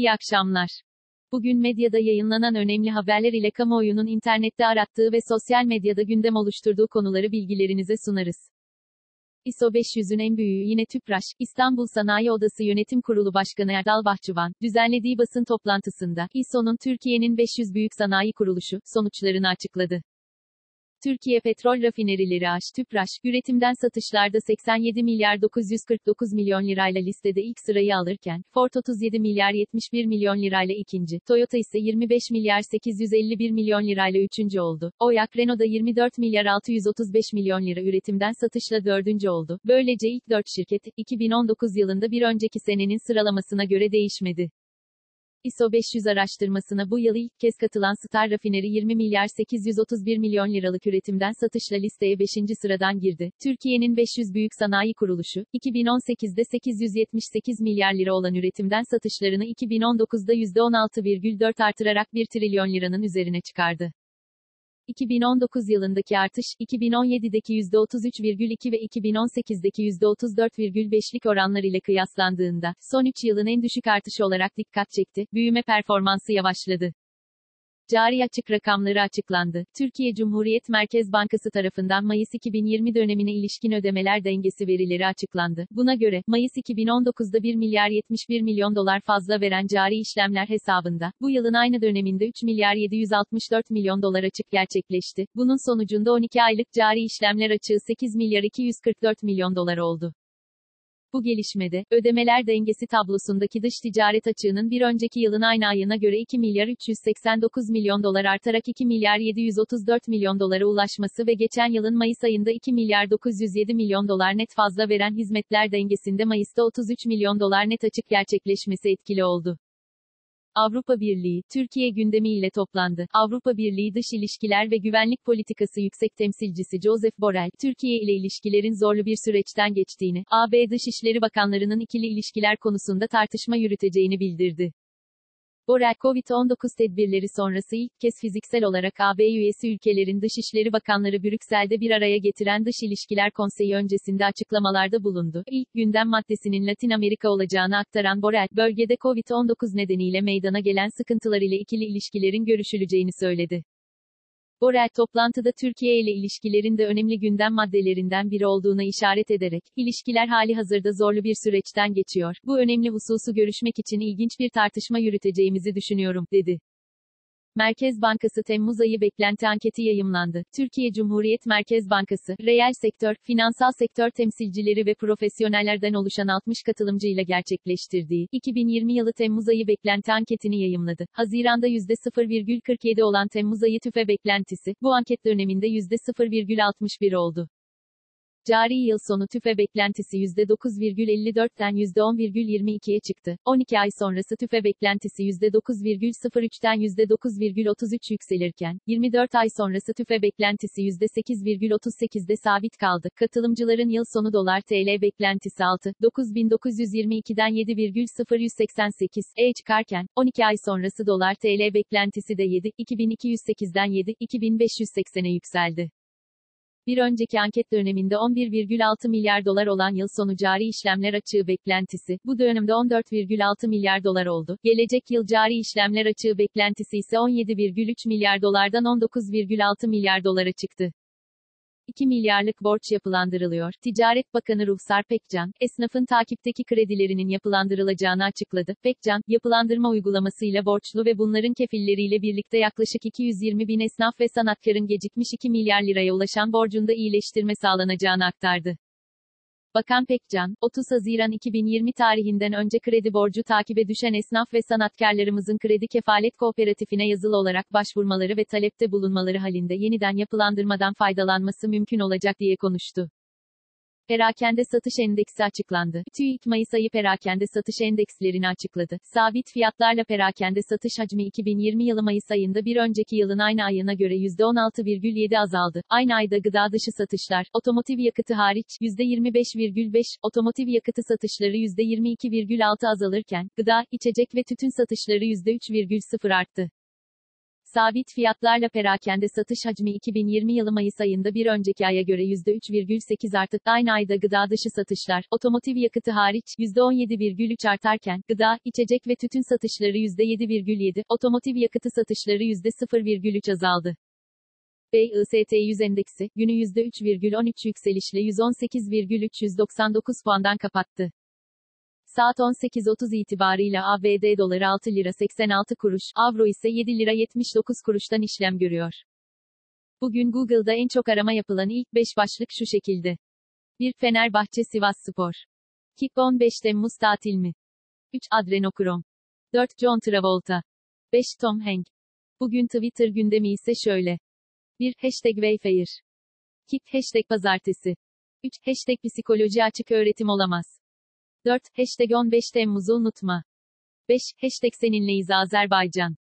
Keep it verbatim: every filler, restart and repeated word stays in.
İyi akşamlar. Bugün medyada yayınlanan önemli haberler ile kamuoyunun internette arattığı ve sosyal medyada gündem oluşturduğu konuları bilgilerinize sunarız. I S O beş yüzün en büyüğü yine Tüpraş, İstanbul Sanayi Odası Yönetim Kurulu Başkanı Erdal Bahçıvan, düzenlediği basın toplantısında, I S O'nun Türkiye'nin beş yüz büyük sanayi kuruluşu, sonuçlarını açıkladı. Türkiye Petrol Rafinerileri A Ş Tüpraş, üretimden satışlarda seksen yedi milyar dokuz yüz kırk dokuz milyon lirayla listede ilk sırayı alırken, Ford otuz yedi milyar yetmiş bir milyon lirayla ikinci, Toyota ise yirmi beş milyar sekiz yüz elli bir milyon lirayla üçüncü oldu. Oyak Renault da yirmi dört milyar altı yüz otuz beş milyon lira üretimden satışla dördüncü oldu. Böylece ilk dört şirket, iki bin on dokuz yılında bir önceki senenin sıralamasına göre değişmedi. I S O beş yüz araştırmasına bu yıl ilk kez katılan Star Rafineri yirmi milyar sekiz yüz otuz bir milyon liralık üretimden satışla listeye beşinci sıradan girdi. Türkiye'nin beş yüz büyük sanayi kuruluşu, iki bin on sekizde sekiz yüz yetmiş sekiz milyar lira olan üretimden satışlarını iki bin on dokuzda yüzde on altı virgül dört artırarak bir trilyon liranın üzerine çıkardı. iki bin on dokuz yılındaki artış, iki bin on yedideki yüzde otuz üç virgül iki ve iki bin on sekizdeki yüzde otuz dört virgül beşlik oranlar ile kıyaslandığında, son üç yılın en düşük artışı olarak dikkat çekti, büyüme performansı yavaşladı. Cari açık rakamları açıklandı. Türkiye Cumhuriyet Merkez Bankası tarafından Mayıs iki bin yirmi dönemine ilişkin ödemeler dengesi verileri açıklandı. Buna göre, Mayıs iki bin on dokuzda bir milyar yetmiş bir milyon dolar fazla veren cari işlemler hesabında, bu yılın aynı döneminde üç milyar yedi yüz altmış dört milyon dolar açık gerçekleşti. Bunun sonucunda on iki aylık cari işlemler açığı sekiz milyar iki yüz kırk dört milyon dolar oldu. Bu gelişmede, ödemeler dengesi tablosundaki dış ticaret açığının bir önceki yılın aynı ayına göre iki milyar üç yüz seksen dokuz milyon dolar artarak iki milyar yedi yüz otuz dört milyon dolara ulaşması ve geçen yılın Mayıs ayında iki milyar dokuz yüz yedi milyon dolar net fazla veren hizmetler dengesinde Mayıs'ta otuz üç milyon dolar net açık gerçekleşmesi etkili oldu. Avrupa Birliği, Türkiye gündemi ile toplandı. Avrupa Birliği Dış İlişkiler ve Güvenlik Politikası Yüksek Temsilcisi Josep Borrell, Türkiye ile ilişkilerin zorlu bir süreçten geçtiğini, A B Dışişleri Bakanlarının ikili ilişkiler konusunda tartışma yürüteceğini bildirdi. Borrell, Covid on dokuz tedbirleri sonrası ilk kez fiziksel olarak A B üyesi ülkelerin Dışişleri Bakanları Brüksel'de bir araya getiren Dış İlişkiler Konseyi öncesinde açıklamalarda bulundu. İlk gündem maddesinin Latin Amerika olacağını aktaran Borrell, bölgede Covid on dokuz nedeniyle meydana gelen sıkıntılar ile ikili ilişkilerin görüşüleceğini söyledi. Borrell, toplantıda Türkiye ile ilişkilerin de önemli gündem maddelerinden biri olduğuna işaret ederek, ilişkiler halihazırda zorlu bir süreçten geçiyor, bu önemli hususu görüşmek için ilginç bir tartışma yürüteceğimizi düşünüyorum, dedi. Merkez Bankası Temmuz ayı beklenti anketi yayımlandı. Türkiye Cumhuriyet Merkez Bankası, reel sektör, finansal sektör temsilcileri ve profesyonellerden oluşan altmış katılımcıyla gerçekleştirdiği, iki bin yirmi yılı Temmuz ayı beklenti anketini yayımladı. Haziranda yüzde sıfır virgül kırk yedi olan Temmuz ayı TÜFE beklentisi, bu anket döneminde yüzde sıfır virgül altmış bir oldu. Cari yıl sonu TÜFE beklentisi yüzde dokuz virgül elli dörtten yüzde on virgül yirmi ikiye çıktı. on iki ay sonrası TÜFE beklentisi yüzde dokuz virgül sıfır üçten yüzde dokuz virgül otuz üç yükselirken, yirmi dört ay sonrası TÜFE beklentisi yüzde sekiz virgül otuz sekizde sabit kaldı. Katılımcıların yıl sonu dolar T L beklentisi altı bin dokuz bin dokuz yüz yirmi ikiden yedi virgül sıfır yüz seksen sekize çıkarken, on iki ay sonrası dolar T L beklentisi de yedi bin iki bin iki yüz sekizden yedi bin iki bin beş yüz seksene yükseldi. Bir önceki anket döneminde on bir virgül altı milyar dolar olan yıl sonu cari işlemler açığı beklentisi, bu dönemde on dört virgül altı milyar dolar oldu. Gelecek yıl cari işlemler açığı beklentisi ise on yedi virgül üç milyar dolardan on dokuz virgül altı milyar dolara çıktı. iki milyarlık borç yapılandırılıyor. Ticaret Bakanı Ruhsar Pekcan, esnafın takipteki kredilerinin yapılandırılacağını açıkladı. Pekcan, yapılandırma uygulamasıyla borçlu ve bunların kefilleriyle birlikte yaklaşık iki yüz yirmi bin esnaf ve sanatkarın gecikmiş iki milyar liraya ulaşan borcunda iyileştirme sağlanacağını aktardı. Bakan Pekcan, otuz Haziran iki bin yirmi tarihinden önce kredi borcu takibe düşen esnaf ve sanatkarlarımızın kredi kefalet kooperatifine yazılı olarak başvurmaları ve talepte bulunmaları halinde yeniden yapılandırmadan faydalanması mümkün olacak diye konuştu. Perakende satış endeksi açıklandı. TÜİK Mayıs ayı perakende satış endekslerini açıkladı. Sabit fiyatlarla perakende satış hacmi iki bin yirmi yılı Mayıs ayında bir önceki yılın aynı ayına göre yüzde on altı virgül yedi azaldı. Aynı ayda gıda dışı satışlar, otomotiv yakıtı hariç, yüzde yirmi beş virgül beş, otomotiv yakıtı satışları yüzde yirmi iki virgül altı azalırken, gıda, içecek ve tütün satışları yüzde üç virgül sıfır arttı. Sabit fiyatlarla perakende satış hacmi iki bin yirmi yılı Mayıs ayında bir önceki aya göre yüzde üç virgül sekiz arttı. Aynı ayda gıda dışı satışlar, otomotiv yakıtı hariç, yüzde on yedi virgül üç artarken, gıda, içecek ve tütün satışları yüzde yedi virgül yedi, otomotiv yakıtı satışları yüzde sıfır virgül üç azaldı. B I S T yüz endeksi, günü yüzde üç virgül on üç yükselişle yüz on sekiz bin üç yüz doksan dokuz puandan kapattı. Saat on sekiz otuz itibarıyla A B D doları altı lira seksen altı kuruş, avro ise yedi lira yetmiş dokuz kuruştan işlem görüyor. Bugün Google'da en çok arama yapılan ilk beş başlık şu şekilde. bir Fenerbahçe Sivasspor. iki on beş Temmuz tatil mi? üç Adrenokrom. dört John Travolta. beş Tom Hanks. Bugün Twitter gündemi ise şöyle. bir Hashtag Wayfair. iki Hashtag Pazartesi. üç Hashtag Psikoloji açık öğretim olamaz. dört Hashtag on beş Temmuz'u unutma. beş Hashtag Seninleyiz Azerbaycan.